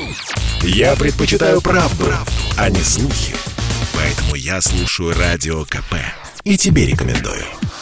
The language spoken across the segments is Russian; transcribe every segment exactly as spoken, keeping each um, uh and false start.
Я предпочитаю правду, правду, а не слухи. Поэтому я слушаю Радио КП. И тебе рекомендую.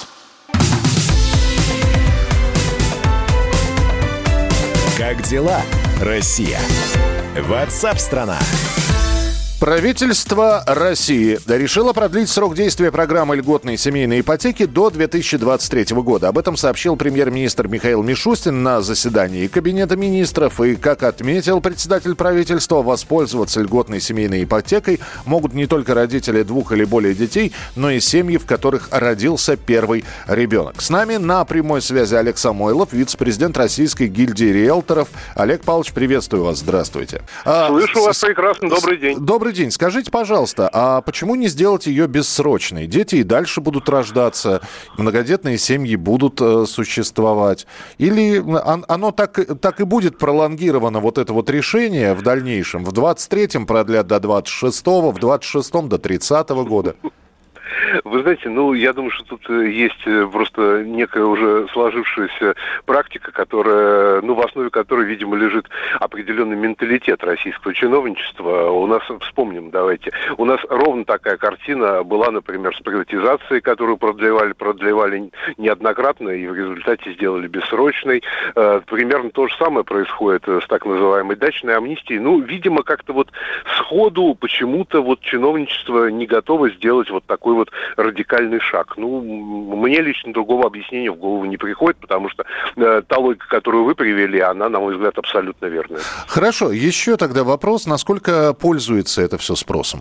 Как дела, Россия? Ватсап-страна! Правительство России решило продлить срок действия программы льготной семейной ипотеки до две тысячи двадцать третьего года. Об этом сообщил премьер-министр Михаил Мишустин на заседании Кабинета министров. И, как отметил председатель правительства, воспользоваться льготной семейной ипотекой могут не только родители двух или более детей, но и семьи, в которых родился первый ребенок. С нами на прямой связи Олег Самойлов, вице-президент Российской гильдии риэлторов. Олег Павлович, приветствую вас. Здравствуйте. Слышу вас прекрасно. Добрый день. Добрый день. Скажите, пожалуйста, а почему не сделать ее бессрочной? Дети и дальше будут рождаться, многодетные семьи будут э, существовать. Или оно так, так и будет пролонгировано, вот это вот решение в дальнейшем? В двадцать третьем продлят до двадцать шестого, в двадцать шестом до тридцатого года? Вы знаете, ну, я думаю, что тут есть просто некая уже сложившаяся практика, которая, ну, в основе которой, видимо, лежит определенный менталитет российского чиновничества. У нас, вспомним, давайте, у нас ровно такая картина была, например, с приватизацией, которую продлевали, продлевали неоднократно и в результате сделали бессрочной. Примерно то же самое происходит с так называемой дачной амнистией. Ну, видимо, как-то вот сходу почему-то вот чиновничество не готово сделать вот такой вот радикальный шаг. Ну, мне лично другого объяснения в голову не приходит, потому что э, та логика, которую вы привели, она, на мой взгляд, абсолютно верная. Хорошо. Еще тогда вопрос, насколько пользуется это все спросом?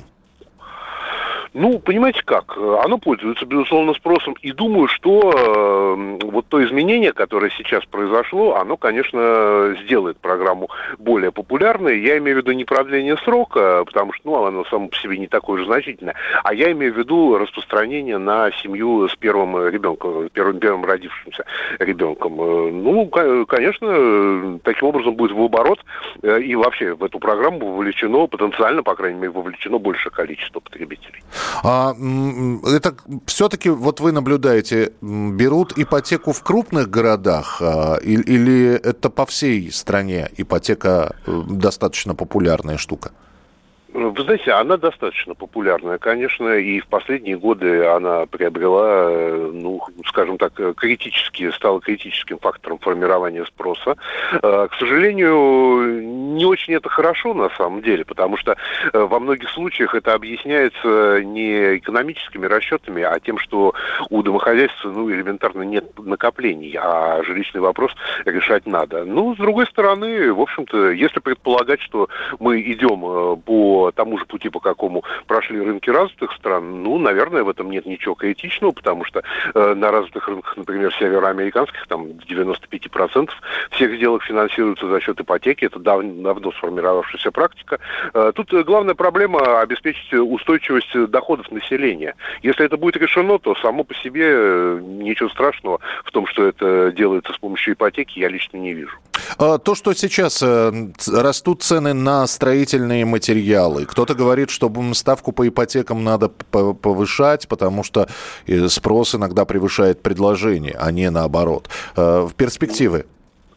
Ну, понимаете как, оно пользуется, безусловно, спросом, и думаю, что э, вот то изменение, которое сейчас произошло, оно, конечно, сделает программу более популярной. Я имею в виду не продление срока, потому что, ну, оно само по себе не такое же значительное, а я имею в виду распространение на семью с первым ребенком, первым, первым родившимся ребенком. Ну, конечно, таким образом будет в оборот, и вообще в эту программу вовлечено, потенциально, по крайней мере, вовлечено большее количество потребителей. А это все-таки, вот вы наблюдаете, берут ипотеку в крупных городах а, или, или это по всей стране ипотека достаточно популярная штука? Вы знаете, она достаточно популярная, конечно, и в последние годы она приобрела, ну, скажем так, критически, стала критическим фактором формирования спроса. К сожалению, не очень это хорошо на самом деле, потому что во многих случаях это объясняется не экономическими расчетами, а тем, что у домохозяйства, ну, элементарно нет накоплений, а жилищный вопрос решать надо. Ну, с другой стороны, в общем-то, если предполагать, что мы идем по тому же пути, по какому прошли рынки развитых стран, ну, наверное, в этом нет ничего критичного, потому что э, на развитых рынках, например, североамериканских, там девяносто пять процентов всех сделок финансируются за счет ипотеки, это дав- давно сформировавшаяся практика. Э, тут главная проблема — обеспечить устойчивость доходов населения. Если это будет решено, то само по себе э, ничего страшного в том, что это делается с помощью ипотеки, я лично не вижу. То, что сейчас э, растут цены на строительные материалы, кто-то говорит, что ставку по ипотекам надо повышать, потому что спрос иногда превышает предложение, а не наоборот. Э, в перспективе?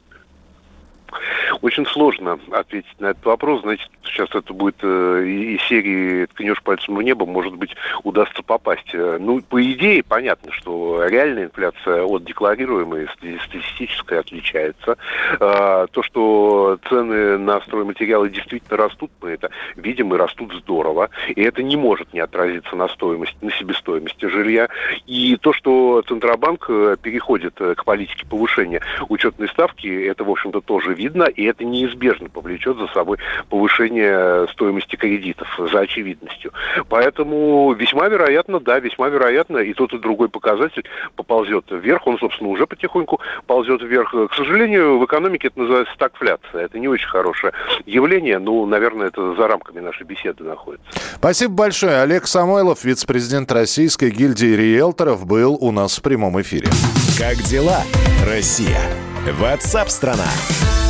Очень сложно ответить на этот вопрос. Значит, сейчас это будет э, из серии «Ткнешь пальцем в небо», может быть, удастся попасть. Ну, по идее, понятно, что реальная инфляция от декларируемой статистической отличается. Э, то, что цены на стройматериалы действительно растут, мы это видим, и растут здорово. И это не может не отразиться на стоимости, на себестоимости жилья. И то, что Центробанк переходит к политике повышения учетной ставки, это, в общем-то, тоже видно. И это неизбежно повлечет за собой повышение стоимости кредитов, за очевидностью. Поэтому весьма вероятно, да, весьма вероятно, и тот, и другой показатель поползет вверх. Он, собственно, уже потихоньку ползет вверх. К сожалению, в экономике это называется стагфляция. Это не очень хорошее явление, но, наверное, это за рамками нашей беседы находится. Спасибо большое. Олег Самойлов, вице-президент Российской гильдии риэлторов, был у нас в прямом эфире. Как дела, Россия? Ватсап-страна!